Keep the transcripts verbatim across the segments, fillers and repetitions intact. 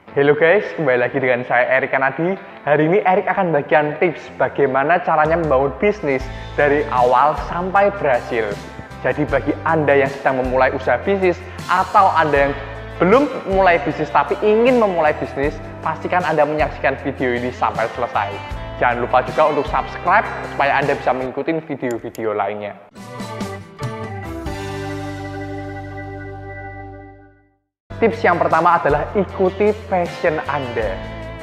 Halo guys, kembali lagi dengan saya Erik Kanadi. Hari ini Erik akan bagikan tips bagaimana caranya membangun bisnis dari awal sampai berhasil. Jadi bagi Anda yang sedang memulai usaha bisnis atau Anda yang belum mulai bisnis tapi ingin memulai bisnis, pastikan Anda menyaksikan video ini sampai selesai. Jangan lupa juga untuk subscribe supaya Anda bisa mengikuti video-video lainnya. Tips yang pertama adalah ikuti passion Anda.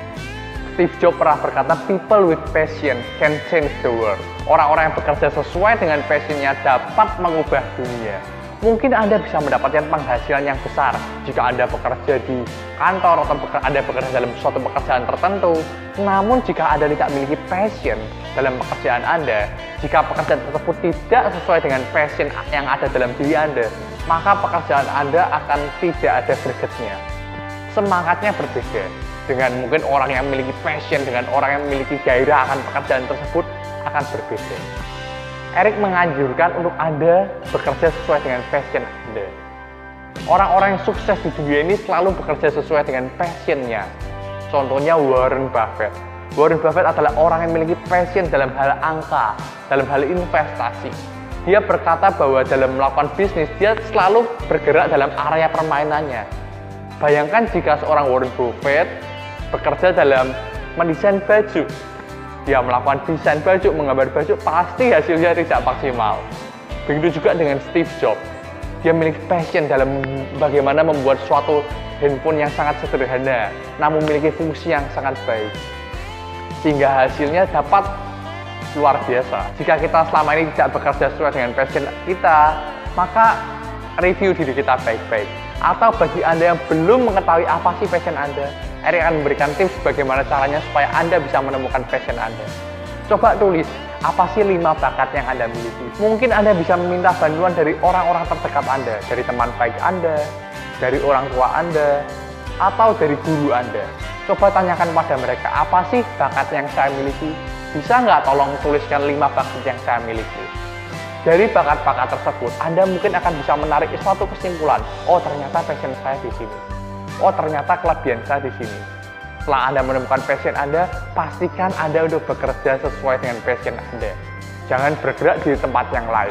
Steve Jobs pernah berkata, people with passion can change the world. Orang-orang yang bekerja sesuai dengan passionnya dapat mengubah dunia. Mungkin Anda bisa mendapatkan penghasilan yang besar jika Anda bekerja di kantor atau Anda bekerja dalam suatu pekerjaan tertentu. Namun jika Anda tidak memiliki passion dalam pekerjaan Anda, jika pekerjaan tersebut tidak sesuai dengan passion yang ada dalam diri Anda, maka pekerjaan Anda akan tidak ada gregetnya. Semangatnya berbeda. Dengan mungkin orang yang memiliki passion, dengan orang yang memiliki gairah akan pekerjaan tersebut akan berbeda. Erik menganjurkan untuk Anda bekerja sesuai dengan passion Anda. Orang-orang yang sukses di dunia ini selalu bekerja sesuai dengan passionnya. Contohnya Warren Buffett. Warren Buffett adalah orang yang memiliki passion dalam hal angka, dalam hal investasi. Dia berkata bahwa dalam melakukan bisnis, dia selalu bergerak dalam area permainannya. Bayangkan jika seorang Warren Buffett bekerja dalam mendesain baju. Dia melakukan desain baju, menggambar baju, pasti hasilnya tidak maksimal. Begitu juga dengan Steve Jobs. Dia memiliki passion dalam bagaimana membuat suatu handphone yang sangat sederhana, namun memiliki fungsi yang sangat baik. Sehingga hasilnya dapat luar biasa. Jika kita selama ini tidak bekerja sesuai dengan passion kita, maka review diri kita baik-baik. Atau bagi Anda yang belum mengetahui apa sih passion Anda, Erik akan memberikan tips bagaimana caranya supaya Anda bisa menemukan passion Anda. Coba tulis, apa sih lima bakat yang Anda miliki? Mungkin Anda bisa meminta bantuan dari orang-orang terdekat Anda, dari teman baik Anda, dari orang tua Anda, atau dari guru Anda. Coba tanyakan pada mereka, apa sih bakat yang saya miliki? Bisa nggak tolong tuliskan lima bakat yang saya miliki? Dari bakat-bakat tersebut, Anda mungkin akan bisa menarik suatu kesimpulan. Oh, ternyata passion saya di sini. Oh, ternyata kelebihan saya di sini. Setelah Anda menemukan passion Anda, pastikan Anda untuk bekerja sesuai dengan passion Anda. Jangan bergerak di tempat yang lain.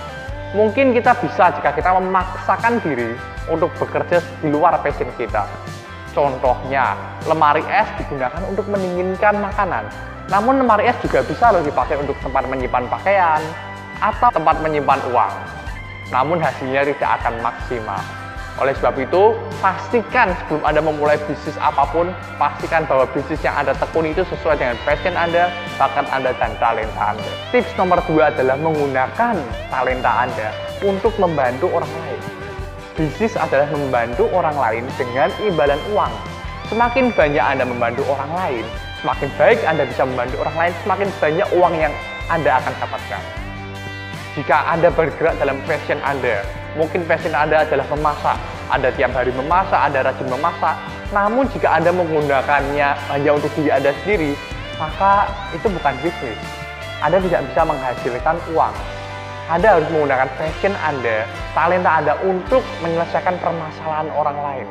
Mungkin kita bisa jika kita memaksakan diri untuk bekerja di luar passion kita. Contohnya, lemari es digunakan untuk mendinginkan makanan. Namun lemari es juga bisa loh dipakai untuk tempat menyimpan pakaian atau tempat menyimpan uang. Namun hasilnya tidak akan maksimal. Oleh sebab itu, pastikan sebelum Anda memulai bisnis apapun, pastikan bahwa bisnis yang Anda tekuni itu sesuai dengan passion Anda, bakat Anda, dan talenta Anda. Tips nomor dua adalah menggunakan talenta Anda untuk membantu orang lain. Bisnis adalah membantu orang lain dengan imbalan uang. Semakin banyak Anda membantu orang lain, semakin baik Anda bisa membantu orang lain, semakin banyak uang yang Anda akan dapatkan. Jika Anda bergerak dalam passion Anda, mungkin passion Anda adalah memasak. Anda tiap hari memasak, Anda rajin memasak. Namun jika Anda menggunakannya hanya untuk diri Anda sendiri, maka itu bukan bisnis. Anda tidak bisa menghasilkan uang. Anda harus menggunakan passion Anda, talenta Anda untuk menyelesaikan permasalahan orang lain.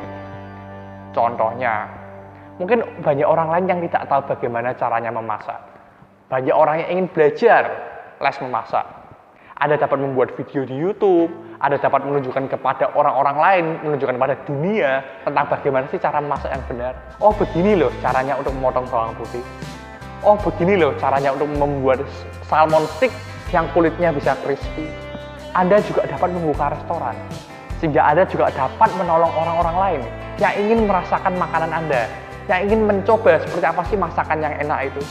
Contohnya, mungkin banyak orang lain yang tidak tahu bagaimana caranya memasak. Banyak orang yang ingin belajar les memasak. Anda dapat membuat video di YouTube, Anda dapat menunjukkan kepada orang-orang lain, menunjukkan kepada dunia tentang bagaimana sih cara memasak yang benar. Oh, begini loh caranya untuk memotong bawang putih. Oh, begini loh caranya untuk membuat salmon stick yang kulitnya bisa crispy. Anda juga dapat membuka restoran, sehingga Anda juga dapat menolong orang-orang lain yang ingin merasakan makanan Anda, yang ingin mencoba seperti apa sih masakan yang enak itu.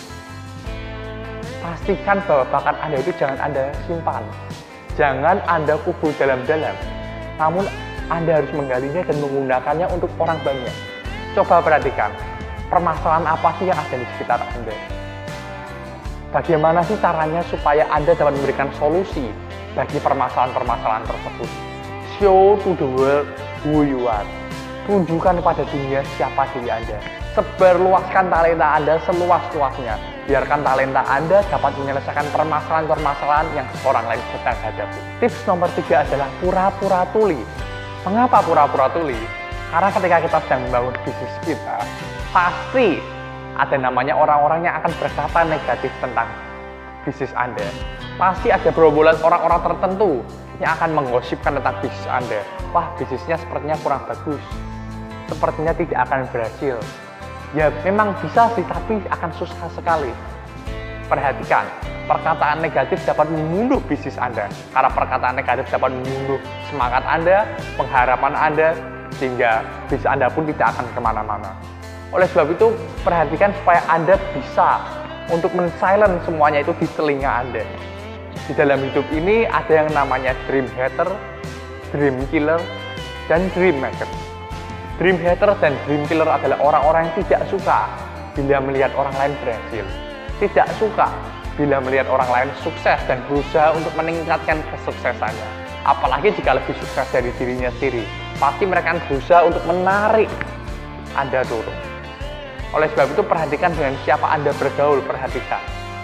Pastikan bahwa bakat Anda itu jangan Anda simpan. Jangan Anda kubur dalam-dalam. Namun Anda harus menggalinya dan menggunakannya untuk orang banyak. Coba perhatikan, permasalahan apa sih yang ada di sekitar Anda? Bagaimana sih caranya supaya Anda dapat memberikan solusi bagi permasalahan-permasalahan tersebut? Show to the world who you are. Tunjukkan pada dunia siapa diri Anda. Sebarluaskan talenta Anda seluas-luasnya. Biarkan talenta Anda dapat menyelesaikan permasalahan-permasalahan yang orang lain sedang hadapi. Tips nomor tiga adalah pura-pura tuli. Mengapa pura-pura tuli? Karena ketika kita sedang membangun bisnis kita, pasti ada namanya orang-orang yang akan berkata negatif tentang bisnis Anda. Pasti ada gerombolan orang-orang tertentu yang akan menggosipkan tentang bisnis Anda. Wah, bisnisnya sepertinya kurang bagus, sepertinya tidak akan berhasil. Ya memang bisa sih, tapi akan susah sekali. Perhatikan, perkataan negatif dapat membunuh bisnis Anda. Karena perkataan negatif dapat membunuh semangat Anda, pengharapan Anda, sehingga bisnis Anda pun tidak akan kemana-mana. Oleh sebab itu, perhatikan supaya Anda bisa untuk men-silent semuanya itu di telinga Anda. Di dalam hidup ini ada yang namanya dream hater, dream killer, dan dream maker. Dream hater dan dream killer adalah orang-orang yang tidak suka bila melihat orang lain berhasil, tidak suka bila melihat orang lain sukses dan berusaha untuk meningkatkan kesuksesannya. Apalagi jika lebih sukses dari dirinya sendiri, pasti mereka akan berusaha untuk menarik Anda turun. Oleh sebab itu, perhatikan dengan siapa Anda bergaul, perhatikan.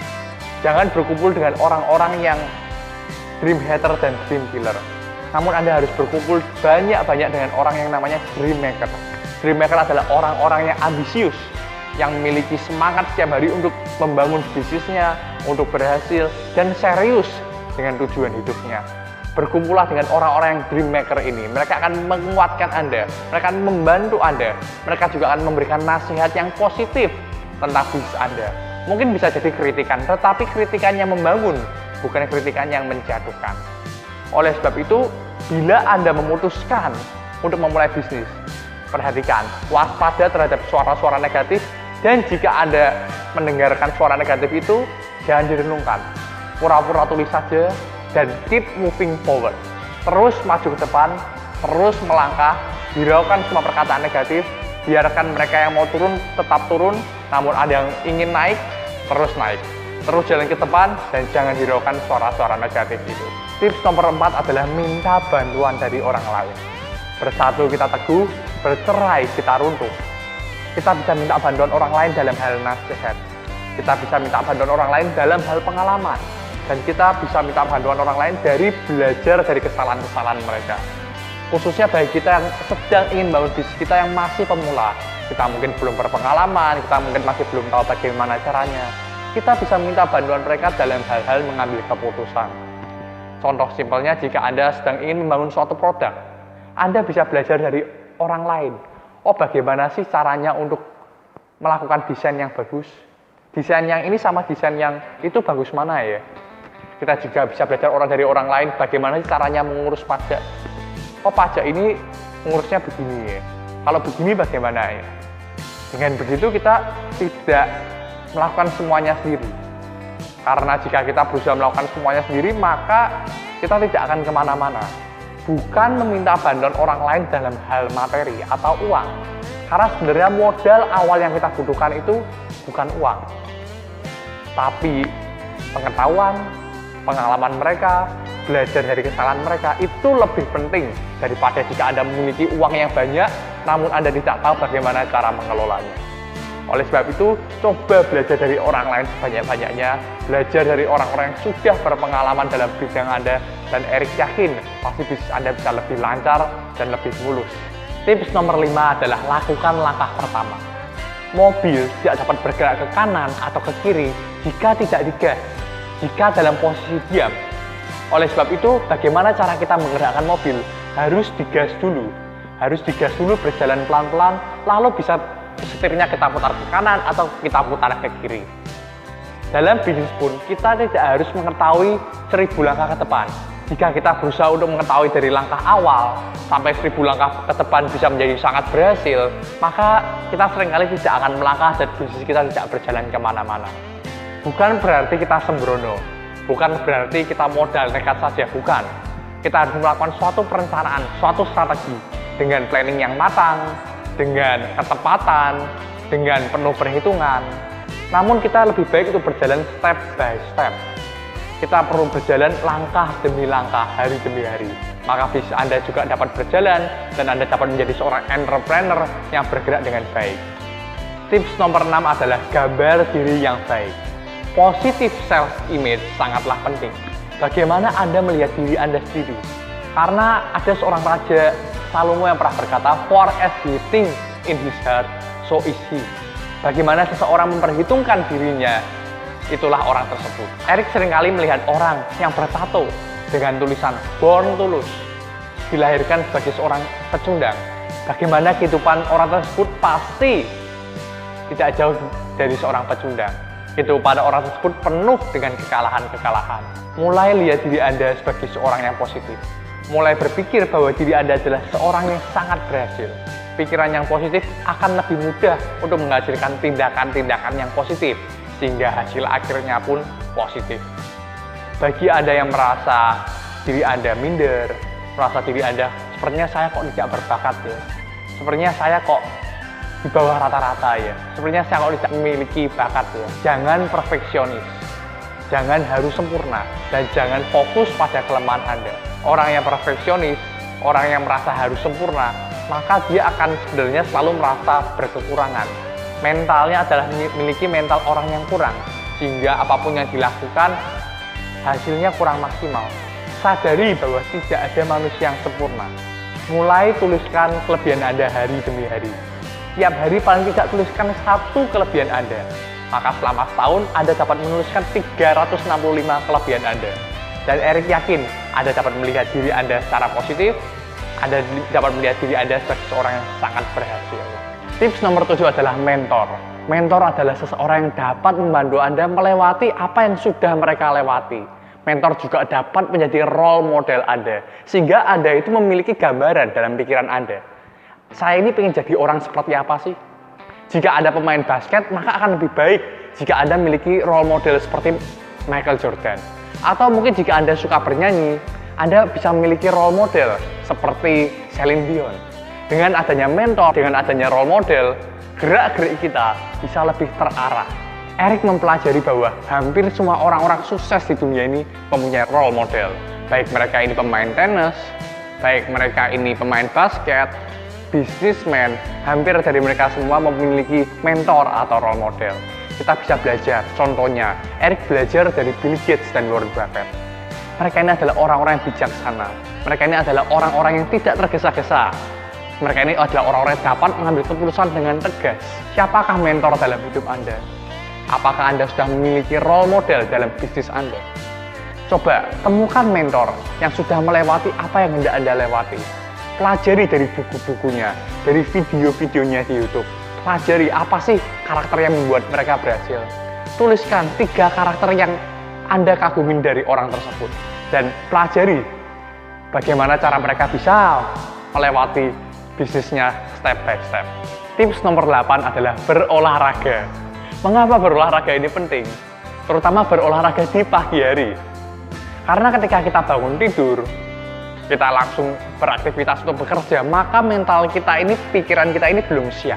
Jangan berkumpul dengan orang-orang yang dream hater dan dream killer. Namun Anda harus berkumpul banyak-banyak dengan orang yang namanya dream maker. Dream maker adalah orang-orang yang ambisius, yang memiliki semangat setiap hari untuk membangun bisnisnya, untuk berhasil, dan serius dengan tujuan hidupnya. Berkumpullah dengan orang-orang yang dream maker ini. Mereka akan menguatkan Anda, mereka akan membantu Anda, mereka juga akan memberikan nasihat yang positif tentang bisnis Anda. Mungkin bisa jadi kritikan, tetapi kritikan yang membangun, bukan kritikan yang menjatuhkan. Oleh sebab itu, bila Anda memutuskan untuk memulai bisnis, perhatikan, waspada terhadap suara-suara negatif, dan jika Anda mendengarkan suara negatif itu, jangan direnungkan. Pura-pura tulis saja, dan keep moving forward. Terus maju ke depan, terus melangkah, hiraukan semua perkataan negatif, biarkan mereka yang mau turun tetap turun, namun ada yang ingin naik, terus naik. Terus jalan ke depan, dan jangan hiraukan suara-suara negatif itu. Tips nomor empat adalah minta bantuan dari orang lain. Bersatu kita teguh, bercerai kita runtuh. Kita bisa minta bantuan orang lain dalam hal nasihat. Kita bisa minta bantuan orang lain dalam hal pengalaman. Dan kita bisa minta bantuan orang lain dari belajar dari kesalahan-kesalahan mereka. Khususnya bagi kita yang sedang ingin bangun bisnis, kita yang masih pemula. Kita mungkin belum berpengalaman, kita mungkin masih belum tahu bagaimana caranya. Kita bisa minta bantuan mereka dalam hal-hal mengambil keputusan. Contoh simpelnya, jika Anda sedang ingin membangun suatu produk, Anda bisa belajar dari orang lain. Oh, bagaimana sih caranya untuk melakukan desain yang bagus? Desain yang ini sama desain yang itu bagus mana ya? Kita juga bisa belajar orang dari orang lain, bagaimana sih caranya mengurus pajak. Oh, pajak ini mengurusnya begini ya. Kalau begini bagaimana ya? Dengan begitu kita tidak melakukan semuanya sendiri. Karena jika kita berusaha melakukan semuanya sendiri, maka kita tidak akan kemana-mana. Bukan meminta bantuan orang lain dalam hal materi atau uang. Karena sebenarnya modal awal yang kita butuhkan itu bukan uang, tapi pengetahuan, pengalaman mereka, belajar dari kesalahan mereka itu lebih penting daripada jika Anda memiliki uang yang banyak namun Anda tidak tahu bagaimana cara mengelolanya. Oleh sebab itu, coba belajar dari orang lain sebanyak-banyaknya, belajar dari orang-orang yang sudah berpengalaman dalam bidang Anda, dan Erik yakin pasti bisnis Anda bisa lebih lancar dan lebih mulus. Tips nomor lima adalah lakukan langkah pertama. Mobil tidak dapat bergerak ke kanan atau ke kiri jika tidak digas, jika dalam posisi diam. Oleh sebab itu, bagaimana cara kita menggerakkan mobil? Harus digas dulu. Harus digas dulu, berjalan pelan-pelan, lalu bisa setirnya kita putar ke kanan atau kita putar ke kiri. Dalam bisnis pun, kita tidak harus mengetahui seribu langkah ke depan. Jika kita berusaha untuk mengetahui dari langkah awal sampai seribu langkah ke depan bisa menjadi sangat berhasil, maka kita seringkali tidak akan melangkah dan bisnis kita tidak berjalan kemana-mana. Bukan berarti kita sembrono, bukan berarti kita modal nekat saja, bukan. Kita harus melakukan suatu perencanaan, suatu strategi dengan planning yang matang, dengan ketepatan, dengan penuh perhitungan. Namun kita lebih baik itu berjalan step by step. Kita perlu berjalan langkah demi langkah, hari demi hari. Maka bisnis Anda juga dapat berjalan dan Anda dapat menjadi seorang entrepreneur yang bergerak dengan baik. Tips nomor enam adalah gambar diri yang baik. Positive self image sangatlah penting. Bagaimana Anda melihat diri Anda sendiri? Karena ada seorang raja, Salomo, yang pernah berkata, "For as he thinks in his heart, so is he." Bagaimana seseorang memperhitungkan dirinya, itulah orang tersebut. Erik seringkali melihat orang yang bertato dengan tulisan Born to Lose, dilahirkan sebagai seorang pecundang. Bagaimana kehidupan orang tersebut pasti tidak jauh dari seorang pecundang. Kehidupan orang tersebut penuh dengan kekalahan-kekalahan. Mulai lihat diri Anda sebagai seorang yang positif. Mulai berpikir bahwa diri Anda adalah seorang yang sangat berhasil. Pikiran yang positif akan lebih mudah untuk menghasilkan tindakan-tindakan yang positif, sehingga hasil akhirnya pun positif. Bagi Anda yang merasa diri Anda minder, merasa diri Anda, sepertinya saya kok tidak berbakat ya, sepertinya saya kok di bawah rata-rata ya, sepertinya saya kok tidak memiliki bakat ya. Jangan perfeksionis, jangan harus sempurna, dan jangan fokus pada kelemahan Anda. Orang yang perfeksionis, orang yang merasa harus sempurna, maka dia akan sebenarnya selalu merasa berkekurangan. Mentalnya adalah memiliki mental orang yang kurang, sehingga apapun yang dilakukan hasilnya kurang maksimal. Sadari bahwa tidak ada manusia yang sempurna. Mulai tuliskan kelebihan Anda hari demi hari. Tiap hari paling tidak tuliskan satu kelebihan Anda. Maka selama setahun Anda dapat menuliskan tiga ratus enam puluh lima kelebihan Anda. Dan Erik yakin Anda dapat melihat diri Anda secara positif, Anda dapat melihat diri Anda sebagai seorang yang sangat berhasil. Tips nomor tujuh adalah mentor. Mentor adalah seseorang yang dapat membantu Anda melewati apa yang sudah mereka lewati. Mentor juga dapat menjadi role model Anda, sehingga Anda itu memiliki gambaran dalam pikiran Anda. Saya ini pengen jadi orang seperti apa sih? Jika Anda pemain basket, maka akan lebih baik jika Anda memiliki role model seperti Michael Jordan. Atau mungkin jika Anda suka bernyanyi, Anda bisa memiliki role model seperti Celine Dion. Dengan adanya mentor, dengan adanya role model, gerak-gerik kita bisa lebih terarah. Erik mempelajari bahwa hampir semua orang-orang sukses di dunia ini mempunyai role model. Baik mereka ini pemain tenis, baik mereka ini pemain basket, bisnismen, hampir dari mereka semua memiliki mentor atau role model. Kita bisa belajar, contohnya Erik belajar dari Bill Gates dan Warren Buffett. Mereka ini adalah orang-orang yang bijaksana. Mereka ini adalah orang-orang yang tidak tergesa-gesa. Mereka ini adalah orang-orang yang dapat mengambil keputusan dengan tegas. Siapakah mentor dalam hidup Anda? Apakah Anda sudah memiliki role model dalam bisnis Anda? Coba temukan mentor yang sudah melewati apa yang hendak Anda lewati. Pelajari dari buku-bukunya, dari video-videonya di YouTube. Pelajari apa sih karakter yang membuat mereka berhasil. Tuliskan tiga karakter yang Anda kagumin dari orang tersebut. Dan pelajari bagaimana cara mereka bisa melewati bisnisnya step by step. Tips nomor delapan adalah berolahraga. Mengapa berolahraga ini penting? Terutama berolahraga di pagi hari. Karena ketika kita bangun tidur, kita langsung beraktivitas untuk bekerja, maka mental kita ini, pikiran kita ini belum siap.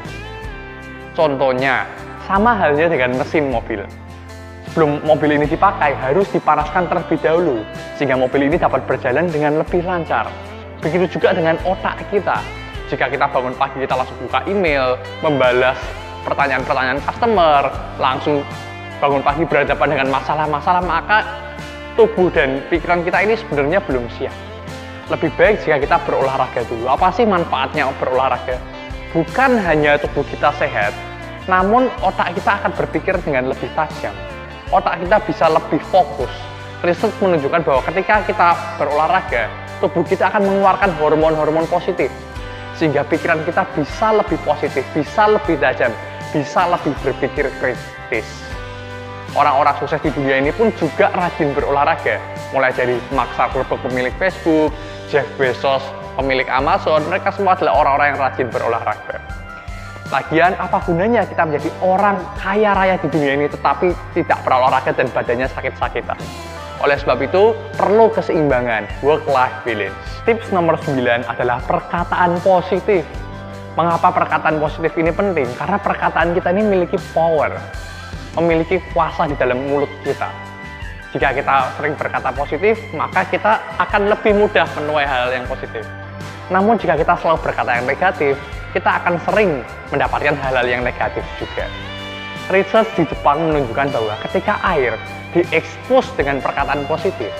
Contohnya, sama halnya dengan mesin mobil. Sebelum mobil ini dipakai, harus dipanaskan terlebih dahulu, sehingga mobil ini dapat berjalan dengan lebih lancar. Begitu juga dengan otak kita. Jika kita bangun pagi, kita langsung buka email, membalas pertanyaan-pertanyaan customer, langsung bangun pagi berhadapan dengan masalah-masalah, maka tubuh dan pikiran kita ini sebenarnya belum siap. Lebih baik jika kita berolahraga dulu. Apa sih manfaatnya berolahraga? Bukan hanya tubuh kita sehat, namun otak kita akan berpikir dengan lebih tajam. Otak kita bisa lebih fokus. Riset menunjukkan bahwa ketika kita berolahraga, tubuh kita akan mengeluarkan hormon-hormon positif. Sehingga pikiran kita bisa lebih positif, bisa lebih tajam, bisa lebih berpikir kritis. Orang-orang sukses di dunia ini pun juga rajin berolahraga. Mulai dari Mark Zuckerberg, pemilik Facebook, Jeff Bezos, pemilik Amazon, mereka semua adalah orang-orang yang rajin berolahraga. Lagian, apa gunanya kita menjadi orang kaya raya di dunia ini tetapi tidak berolahraga dan badannya sakit-sakitan? Oleh sebab itu, perlu keseimbangan, work-life balance. Tips nomor sembilan adalah perkataan positif. Mengapa perkataan positif ini penting? Karena perkataan kita ini memiliki power, memiliki kuasa di dalam mulut kita. Jika kita sering berkata positif, maka kita akan lebih mudah menuai hal yang positif. Namun jika kita selalu berkata yang negatif, kita akan sering mendapatkan hal-hal yang negatif juga. Research di Jepang menunjukkan bahwa ketika air diekspos dengan perkataan positif,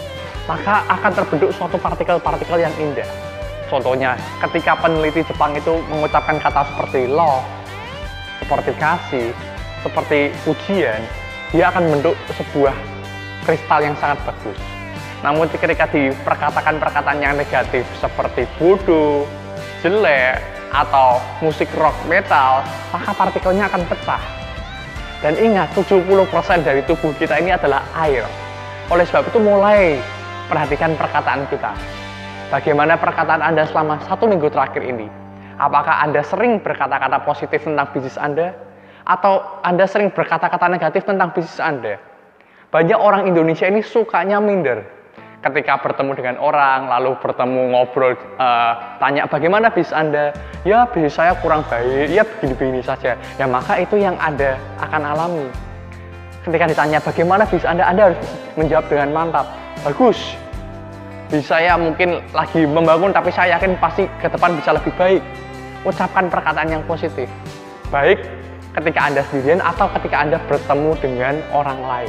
maka akan terbentuk suatu partikel-partikel yang indah. Contohnya, ketika peneliti Jepang itu mengucapkan kata seperti love, seperti kasih, seperti pujian, dia akan membentuk sebuah kristal yang sangat bagus. Namun ketika diperkatakan perkataan yang negatif seperti bodoh, jelek, atau musik rock metal, maka partikelnya akan pecah. Dan ingat, tujuh puluh persen dari tubuh kita ini adalah air. Oleh sebab itu mulai perhatikan perkataan kita. Bagaimana perkataan Anda selama satu minggu terakhir ini? Apakah Anda sering berkata-kata positif tentang bisnis Anda? Atau Anda sering berkata-kata negatif tentang bisnis Anda? Banyak orang Indonesia ini sukanya minder. Ketika bertemu dengan orang, lalu bertemu ngobrol, uh, tanya bagaimana bisnis Anda? Ya bisnis saya kurang baik, ya begini-begini saja. Ya maka itu yang Anda akan alami. Ketika ditanya bagaimana bisnis Anda, Anda harus menjawab dengan mantap. Bagus. Bisnis saya mungkin lagi membangun, tapi saya yakin pasti ke depan bisa lebih baik. Ucapkan perkataan yang positif. Baik ketika Anda sendirian atau ketika Anda bertemu dengan orang lain.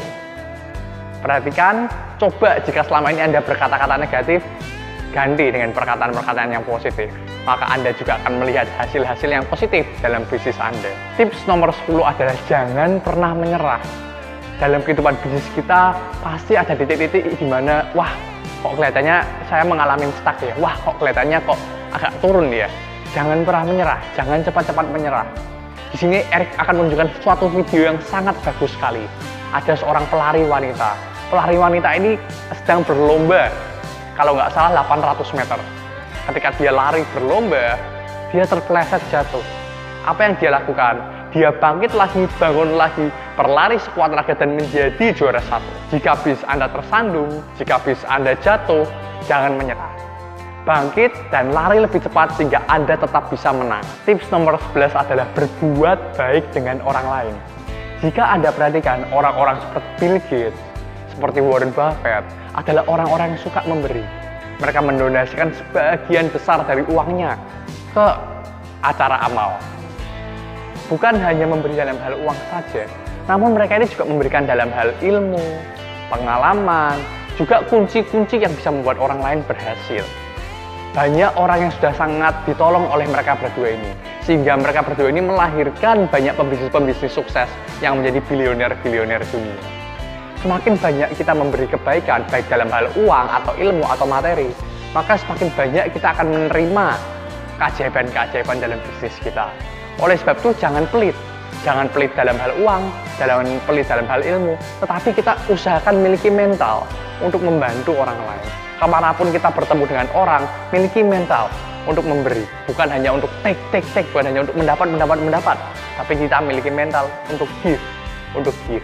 Perhatikan, coba jika selama ini Anda berkata-kata negatif, ganti dengan perkataan-perkataan yang positif. Maka Anda juga akan melihat hasil-hasil yang positif dalam bisnis Anda. Tips nomor sepuluh adalah jangan pernah menyerah. Dalam kehidupan bisnis kita, pasti ada titik-titik di mana, wah, kok kelihatannya saya mengalami stuck ya, wah, kok kelihatannya kok agak turun ya. Jangan pernah menyerah, jangan cepat-cepat menyerah. Di sini Eric akan menunjukkan suatu video yang sangat bagus sekali. Ada seorang pelari wanita. Pelari wanita ini sedang berlomba, kalau nggak salah delapan ratus meter. Ketika dia lari berlomba, dia terpeleset jatuh. Apa yang dia lakukan? Dia bangkit lagi, bangun lagi, berlari sekuat tenaga dan menjadi juara satu. Jika bis Anda tersandung, jika bis Anda jatuh, jangan menyerah. Bangkit dan lari lebih cepat sehingga Anda tetap bisa menang. Tips nomor sebelas adalah berbuat baik dengan orang lain. Jika Anda perhatikan, orang-orang seperti Bill Gates, seperti Warren Buffett, adalah orang-orang yang suka memberi. Mereka mendonasikan sebagian besar dari uangnya ke acara amal. Bukan hanya memberi dalam hal uang saja, namun mereka ini juga memberikan dalam hal ilmu, pengalaman, juga kunci-kunci yang bisa membuat orang lain berhasil. Banyak orang yang sudah sangat ditolong oleh mereka berdua ini, sehingga mereka berdua ini melahirkan banyak pembisnis-pembisnis sukses yang menjadi bilioner-bilioner dunia. Semakin banyak kita memberi kebaikan, baik dalam hal uang atau ilmu atau materi, maka semakin banyak kita akan menerima keajaiban-keajaiban dalam bisnis kita. Oleh sebab itu jangan pelit, jangan pelit dalam hal uang, jangan pelit dalam hal ilmu, tetapi kita usahakan memiliki mental untuk membantu orang lain. Kemanapun kita bertemu dengan orang, miliki mental untuk memberi, bukan hanya untuk take, take, take, bukan hanya untuk mendapat, mendapat, mendapat, tapi kita memiliki mental untuk give, untuk give.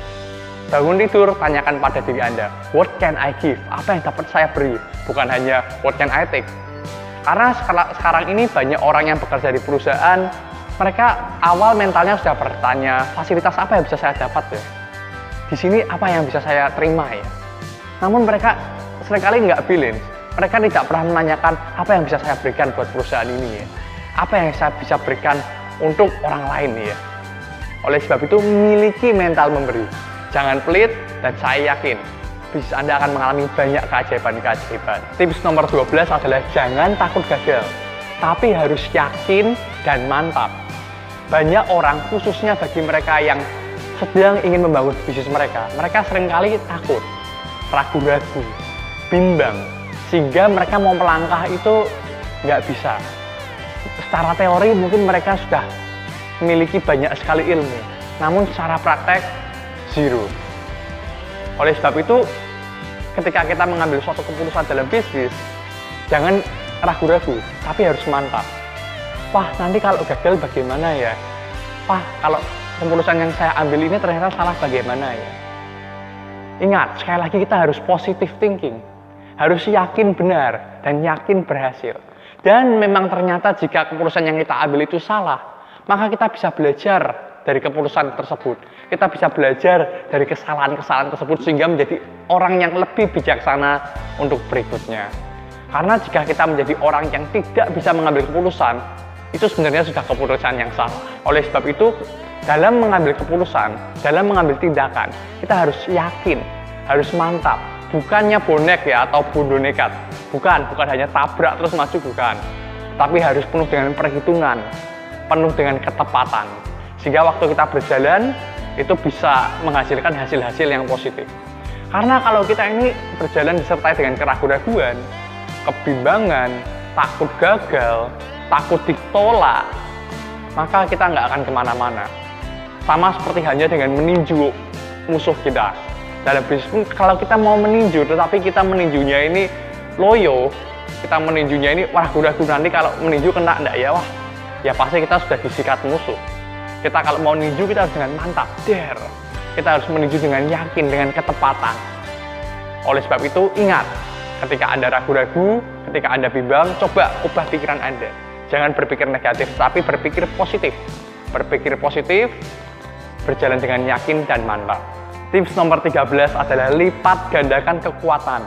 Bangun tidur, tanyakan pada diri Anda, what can I give? Apa yang dapat saya beri? Bukan hanya what can I take? Karena sekarang ini banyak orang yang bekerja di perusahaan, mereka awal mentalnya sudah bertanya, fasilitas apa yang bisa saya dapat ya? Di sini apa yang bisa saya terima ya? Namun mereka seringkali nggak balance. Mereka tidak pernah menanyakan apa yang bisa saya berikan buat perusahaan ini ya. Apa yang saya bisa berikan untuk orang lain ya. Oleh sebab itu, miliki mental memberi. Jangan pelit, dan saya yakin bisnis Anda akan mengalami banyak keajaiban-keajaiban. Tips nomor dua belas adalah jangan takut gagal, tapi harus yakin dan mantap. Banyak orang, khususnya bagi mereka yang sedang ingin membangun bisnis mereka, mereka seringkali takut, ragu-ragu, bimbang, sehingga mereka mau melangkah itu nggak bisa. Secara teori mungkin mereka sudah memiliki banyak sekali ilmu, namun secara praktek zero. Oleh sebab itu, ketika kita mengambil suatu keputusan dalam bisnis, jangan ragu-ragu, tapi harus mantap. Wah, nanti kalau gagal bagaimana ya? Wah, kalau keputusan yang saya ambil ini ternyata salah bagaimana ya? Ingat, sekali lagi kita harus positive thinking. Harus yakin benar dan yakin berhasil. Dan memang ternyata jika keputusan yang kita ambil itu salah, maka kita bisa belajar dari keputusan tersebut. Kita bisa belajar dari kesalahan-kesalahan tersebut sehingga menjadi orang yang lebih bijaksana untuk berikutnya. Karena jika kita menjadi orang yang tidak bisa mengambil keputusan, itu sebenarnya sudah keputusan yang salah. Oleh sebab itu, dalam mengambil keputusan, dalam mengambil tindakan, kita harus yakin, harus mantap, bukannya bonek ya atau bondo nekat. Bukan, bukan hanya tabrak terus maju, bukan. Tapi harus penuh dengan perhitungan, penuh dengan ketepatan. Sehingga waktu kita berjalan, itu bisa menghasilkan hasil-hasil yang positif. Karena kalau kita ini berjalan disertai dengan keraguan-raguan, kebimbangan, takut gagal, takut ditolak, maka kita nggak akan kemana-mana. Sama seperti halnya dengan meninju musuh kita. Dalam bisnis pun kalau kita mau meninju, tetapi kita meninjunya ini loyo, kita meninjunya ini ragu-ragu, nanti kalau meninju kena enggak ya, wah ya pasti kita sudah disikat musuh. Kita kalau mau meninju kita harus dengan mantap, der. Kita harus meninju dengan yakin, dengan ketepatan. Oleh sebab itu ingat, ketika Anda ragu-ragu, ketika Anda bimbang, coba ubah pikiran Anda. Jangan berpikir negatif, tapi berpikir positif. Berpikir positif, berjalan dengan yakin dan mantap. Tips nomor tiga belas adalah lipat gandakan kekuatan.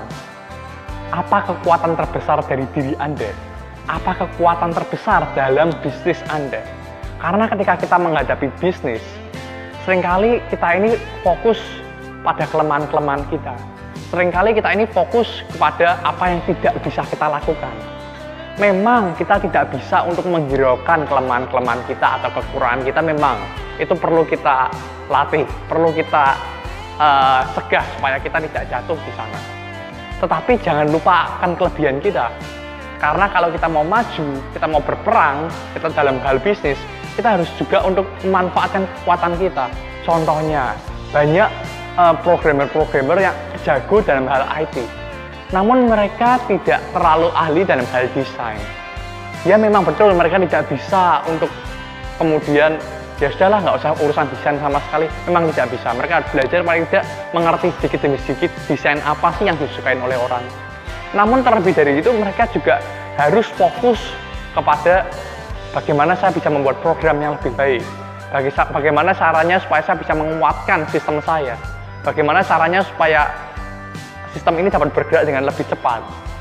Apa kekuatan terbesar dari diri Anda? Apa kekuatan terbesar dalam bisnis Anda? Karena ketika kita menghadapi bisnis, seringkali kita ini fokus pada kelemahan-kelemahan kita. Seringkali kita ini fokus kepada apa yang tidak bisa kita lakukan. Memang kita tidak bisa untuk menghiraukan kelemahan-kelemahan kita atau kekurangan kita, memang itu perlu kita latih, perlu kita uh, cegah supaya kita tidak jatuh di sana. Tetapi jangan lupakan kelebihan kita. Karena kalau kita mau maju, kita mau berperang, kita dalam hal bisnis, kita harus juga untuk memanfaatkan kekuatan kita. Contohnya, banyak uh, programmer-programmer yang jago dalam hal I T. Namun mereka tidak terlalu ahli dalam hal desain. Ya memang betul mereka tidak bisa untuk kemudian ya sudahlah nggak usah urusan desain sama sekali. Memang tidak bisa. Mereka harus belajar paling tidak mengerti sedikit demi sedikit desain apa sih yang disukai oleh orang. Namun terlebih dari itu mereka juga harus fokus kepada bagaimana saya bisa membuat program yang lebih baik. Bagi, bagaimana caranya supaya saya bisa menguatkan sistem saya. Bagaimana caranya supaya sistem ini dapat bergerak dengan lebih cepat.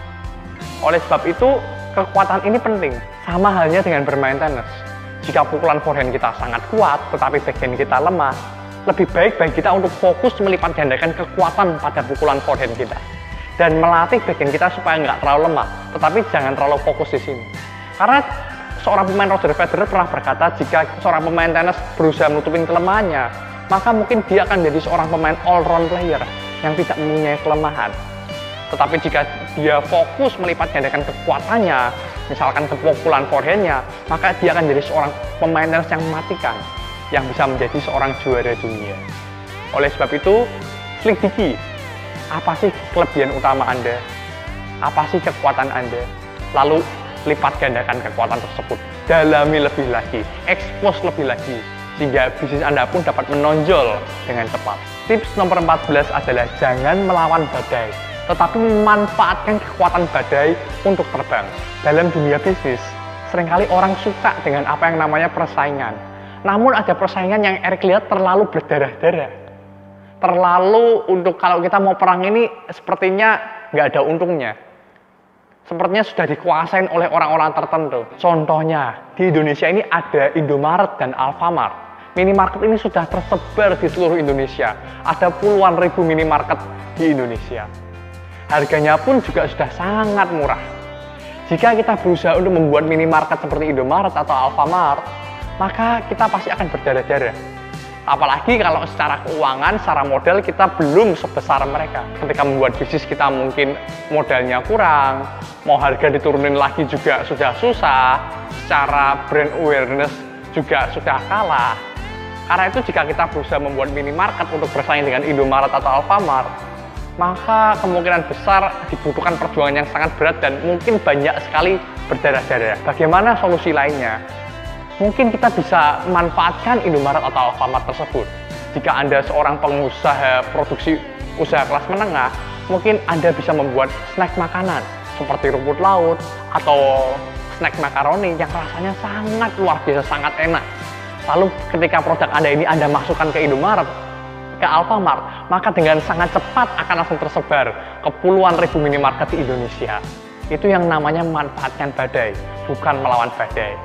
Oleh sebab itu, kekuatan ini penting. Sama halnya dengan bermain tenis. Jika pukulan forehand kita sangat kuat, tetapi backhand kita lemah, lebih baik bagi kita untuk fokus melipat gandakan kekuatan pada pukulan forehand kita. Dan melatih backhand kita supaya nggak terlalu lemah. Tetapi jangan terlalu fokus di sini. Karena seorang pemain Roger Federer pernah berkata, jika seorang pemain tenis berusaha menutupin kelemahannya, maka mungkin dia akan menjadi seorang pemain all-round player yang tidak mempunyai kelemahan. Tetapi jika dia fokus melipat gandakan kekuatannya, misalkan ke pukulan forehandnya, maka dia akan menjadi seorang pemain tenis yang mematikan, yang bisa menjadi seorang juara dunia. Oleh sebab itu, selidiki apa sih kelebihan utama Anda, apa sih kekuatan Anda, lalu lipat gandakan kekuatan tersebut, dalami lebih lagi, expose lebih lagi, sehingga bisnis Anda pun dapat menonjol dengan cepat. Tips nomor empat belas adalah jangan melawan badai, tetapi memanfaatkan kekuatan badai untuk terbang. Dalam dunia bisnis, seringkali orang suka dengan apa yang namanya persaingan. Namun ada persaingan yang Eric lihat terlalu berdarah-darah. Terlalu untuk kalau kita mau perang ini sepertinya nggak ada untungnya. Sepertinya sudah dikuasain oleh orang-orang tertentu. Contohnya, di Indonesia ini ada Indomaret dan Alfamart. Minimarket ini sudah tersebar di seluruh Indonesia. Ada puluhan ribu minimarket di Indonesia. Harganya pun juga sudah sangat murah. Jika kita berusaha untuk membuat minimarket seperti Indomaret atau Alfamart, maka kita pasti akan berdarah-darah. Apalagi kalau secara keuangan, secara modal kita belum sebesar mereka. Ketika membuat bisnis kita mungkin modalnya kurang, mau harga diturunin lagi juga sudah susah, secara brand awareness juga sudah kalah. Karena itu jika kita berusaha membuat minimarket untuk bersaing dengan Indomaret atau Alfamart, maka kemungkinan besar dibutuhkan perjuangan yang sangat berat dan mungkin banyak sekali berdarah-darah. Bagaimana solusi lainnya? Mungkin kita bisa memanfaatkan Indomaret atau Alfamart tersebut. Jika Anda seorang pengusaha produksi usaha kelas menengah, mungkin Anda bisa membuat snack makanan seperti rumput laut atau snack makaroni yang rasanya sangat luar biasa, sangat enak. Lalu ketika produk Anda ini Anda masukkan ke Indomaret, ke Alfamart, maka dengan sangat cepat akan langsung tersebar ke puluhan ribu minimarket di Indonesia. Itu yang namanya memanfaatkan badai, bukan melawan badai.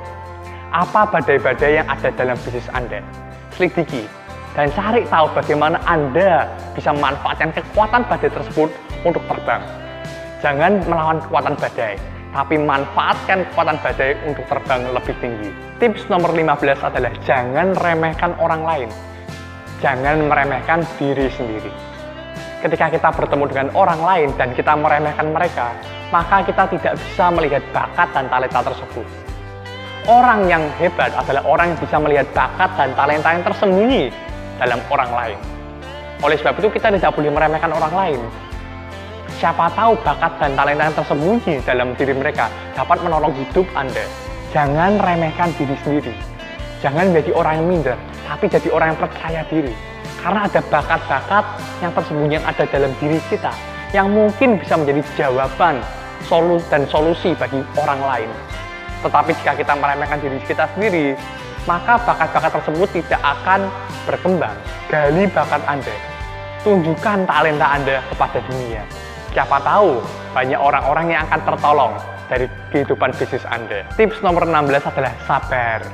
Apa badai-badai yang ada dalam bisnis Anda? Selidiki dan cari tahu bagaimana Anda bisa memanfaatkan kekuatan badai tersebut untuk terbang. Jangan melawan kekuatan badai, tapi manfaatkan kekuatan badai untuk terbang lebih tinggi. Tips nomor lima belas adalah jangan remehkan orang lain. Jangan meremehkan diri sendiri. Ketika kita bertemu dengan orang lain dan kita meremehkan mereka, maka kita tidak bisa melihat bakat dan talenta tersebut. Orang yang hebat adalah orang yang bisa melihat bakat dan talenta yang tersembunyi dalam orang lain. Oleh sebab itu kita tidak boleh meremehkan orang lain. Siapa tahu bakat dan talenta yang tersembunyi dalam diri mereka dapat menolong hidup Anda. Jangan remehkan diri sendiri. Jangan menjadi orang yang minder, tapi jadi orang yang percaya diri. Karena ada bakat-bakat yang tersembunyi yang ada dalam diri kita, yang mungkin bisa menjadi jawaban solu dan solusi bagi orang lain. Tetapi jika kita meremehkan diri kita sendiri, maka bakat-bakat tersebut tidak akan berkembang. Gali bakat Anda. Tunjukkan talenta Anda kepada dunia. Siapa tahu banyak orang-orang yang akan tertolong dari kehidupan bisnis Anda. Tips nomor enam belas adalah sabar.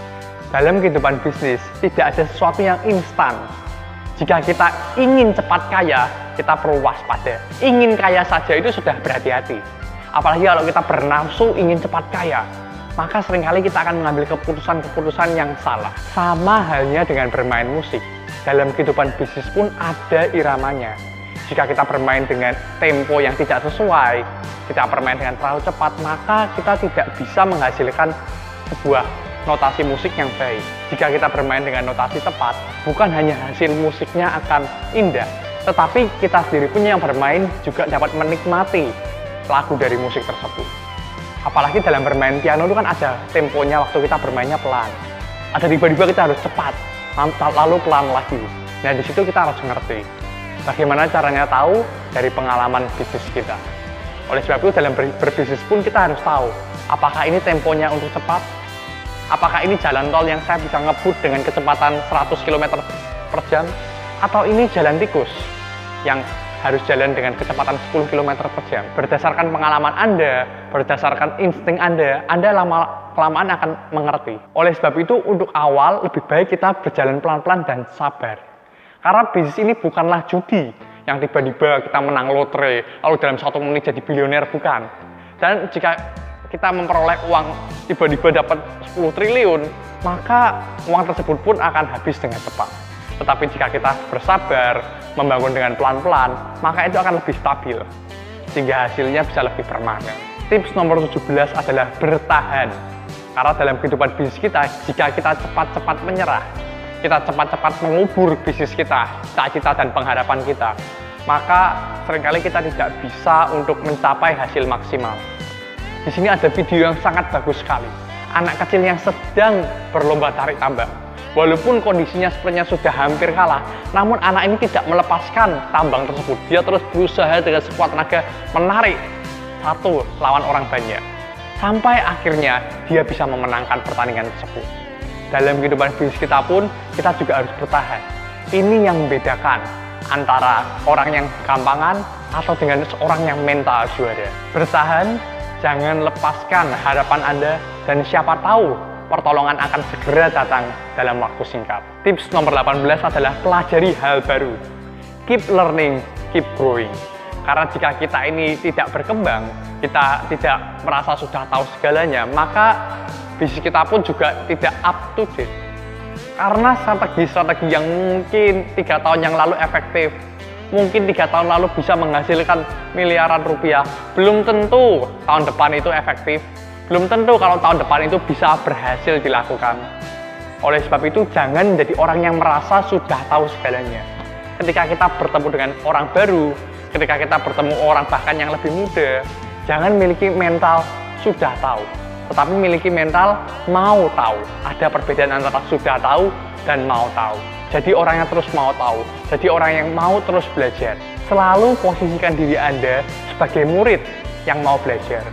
Dalam kehidupan bisnis, tidak ada sesuatu yang instan. Jika kita ingin cepat kaya, kita perlu waspada. Ingin kaya saja itu sudah berhati-hati. Apalagi kalau kita bernafsu ingin cepat kaya, maka seringkali kita akan mengambil keputusan-keputusan yang salah. Sama halnya dengan bermain musik. Dalam kehidupan bisnis pun ada iramanya. Jika kita bermain dengan tempo yang tidak sesuai, kita bermain dengan terlalu cepat, maka kita tidak bisa menghasilkan sebuah notasi musik yang baik. Jika kita bermain dengan notasi tepat, bukan hanya hasil musiknya akan indah, tetapi kita sendiri pun yang bermain juga dapat menikmati lagu dari musik tersebut. Apalagi dalam bermain piano itu kan ada temponya, waktu kita bermainnya pelan. Ada tiba-tiba kita harus cepat, lalu pelan lagi. Nah, di situ kita harus mengerti bagaimana caranya tahu dari pengalaman bisnis kita. Oleh sebab itu dalam ber berbisnis pun kita harus tahu apakah ini temponya untuk cepat, apakah ini jalan tol yang saya bisa ngebut dengan kecepatan seratus kilometer per jam, atau ini jalan tikus yang harus jalan dengan kecepatan sepuluh kilometer per jam. Berdasarkan pengalaman Anda, berdasarkan insting Anda, Anda lama-kelamaan akan mengerti. Oleh sebab itu, untuk awal lebih baik kita berjalan pelan-pelan dan sabar. Karena bisnis ini bukanlah judi yang tiba-tiba kita menang lotre, lalu dalam satu menit jadi bilioner, bukan. Dan jika kita memperoleh uang tiba-tiba dapat sepuluh triliun, maka uang tersebut pun akan habis dengan cepat. Tetapi jika kita bersabar, membangun dengan pelan-pelan, maka itu akan lebih stabil, sehingga hasilnya bisa lebih permanen. Tips nomor tujuh belas adalah bertahan. Karena dalam kehidupan bisnis kita, jika kita cepat-cepat menyerah, kita cepat-cepat mengubur bisnis kita, cita-cita dan pengharapan kita, maka seringkali kita tidak bisa untuk mencapai hasil maksimal. Di sini ada video yang sangat bagus sekali. Anak kecil yang sedang berlomba tarik tambang. Walaupun kondisinya sepertinya sudah hampir kalah, namun anak ini tidak melepaskan tambang tersebut. Dia terus berusaha dengan sekuat tenaga menarik satu lawan orang banyak. Sampai akhirnya dia bisa memenangkan pertandingan tersebut. Dalam kehidupan bisnis kita pun, kita juga harus bertahan. Ini yang membedakan antara orang yang gampangan atau dengan seorang yang mental juara. Bertahan, jangan lepaskan harapan Anda, dan siapa tahu pertolongan akan segera datang dalam waktu singkat. Tips nomor delapan belas adalah pelajari hal baru. Keep learning, keep growing. Karena jika kita ini tidak berkembang, kita tidak merasa sudah tahu segalanya, maka bisnis kita pun juga tidak up to date. Karena strategi-strategi yang mungkin tiga tahun yang lalu efektif, mungkin tiga tahun lalu bisa menghasilkan miliaran rupiah, belum tentu tahun depan itu efektif. Belum tentu kalau tahun depan itu bisa berhasil dilakukan. Oleh sebab itu, jangan menjadi orang yang merasa sudah tahu segalanya. Ketika kita bertemu dengan orang baru, ketika kita bertemu orang bahkan yang lebih muda, jangan memiliki mental sudah tahu, tetapi memiliki mental mau tahu. Ada perbedaan antara sudah tahu dan mau tahu. Jadi orang yang terus mau tahu, jadi orang yang mau terus belajar. Selalu posisikan diri Anda sebagai murid yang mau belajar.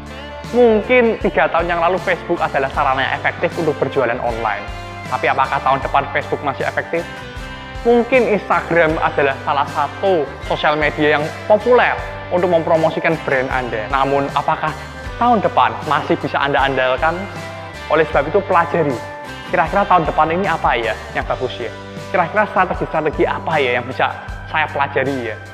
Mungkin tiga tahun yang lalu Facebook adalah sarana yang efektif untuk berjualan online. Tapi apakah tahun depan Facebook masih efektif? Mungkin Instagram adalah salah satu sosial media yang populer untuk mempromosikan brand Anda. Namun apakah tahun depan masih bisa Anda andalkan? Oleh sebab itu pelajari. Kira-kira tahun depan ini apa ya yang bagus ya? Kira-kira strategi-strategi apa ya yang bisa saya pelajari ya?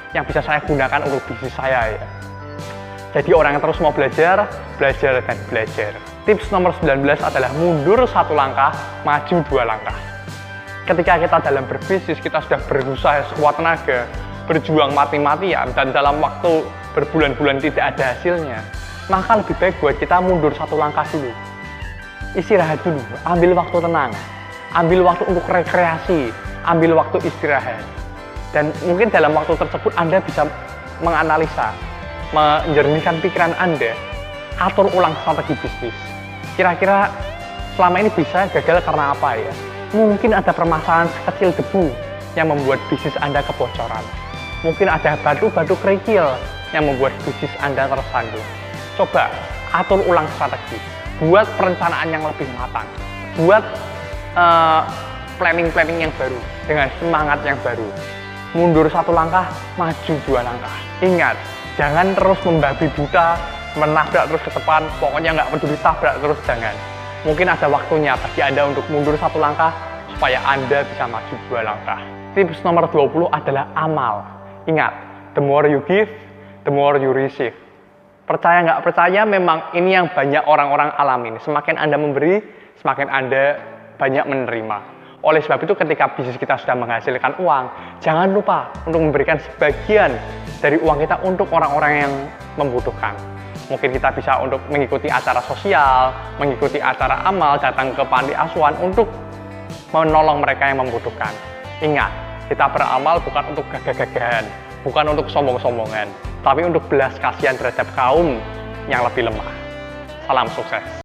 yang bisa saya gunakan untuk bisnis saya ya. Jadi orang yang terus mau belajar, belajar dan belajar. Tips nomor sembilan belas adalah mundur satu langkah, maju dua langkah. Ketika kita dalam berbisnis, kita sudah berusaha sekuat tenaga, berjuang mati-matian, dan dalam waktu berbulan-bulan tidak ada hasilnya, maka lebih baik buat kita mundur satu langkah dulu. Istirahat dulu, ambil waktu tenang, ambil waktu untuk rekreasi, ambil waktu istirahat. Dan mungkin dalam waktu tersebut Anda bisa menganalisa, menjernihkan pikiran Anda, atur ulang strategi bisnis. Kira-kira selama ini bisa gagal karena apa ya? Mungkin ada permasalahan sekecil debu yang membuat bisnis Anda kebocoran. Mungkin ada batu-batu kerikil yang membuat bisnis Anda tersandung. Coba atur ulang strategi, buat perencanaan yang lebih matang, buat uh, planning-planning yang baru dengan semangat yang baru. Mundur satu langkah, maju dua langkah. Ingat, jangan terus membabi buta, menabrak terus ke depan, pokoknya nggak peduli tabrak terus, jangan. Mungkin ada waktunya bagi Anda untuk mundur satu langkah, supaya Anda bisa maju dua langkah. Tips nomor dua puluh adalah amal. Ingat, the more you give, the more you receive. Percaya nggak percaya, memang ini yang banyak orang-orang alamin. Semakin Anda memberi, semakin Anda banyak menerima. Oleh sebab itu ketika bisnis kita sudah menghasilkan uang, jangan lupa untuk memberikan sebagian dari uang kita untuk orang-orang yang membutuhkan. Mungkin kita bisa untuk mengikuti acara sosial, mengikuti acara amal, datang ke panti asuhan untuk menolong mereka yang membutuhkan. Ingat, kita beramal bukan untuk gagah-gagahan, bukan untuk sombong-sombongan, tapi untuk belas kasihan terhadap kaum yang lebih lemah. Salam sukses.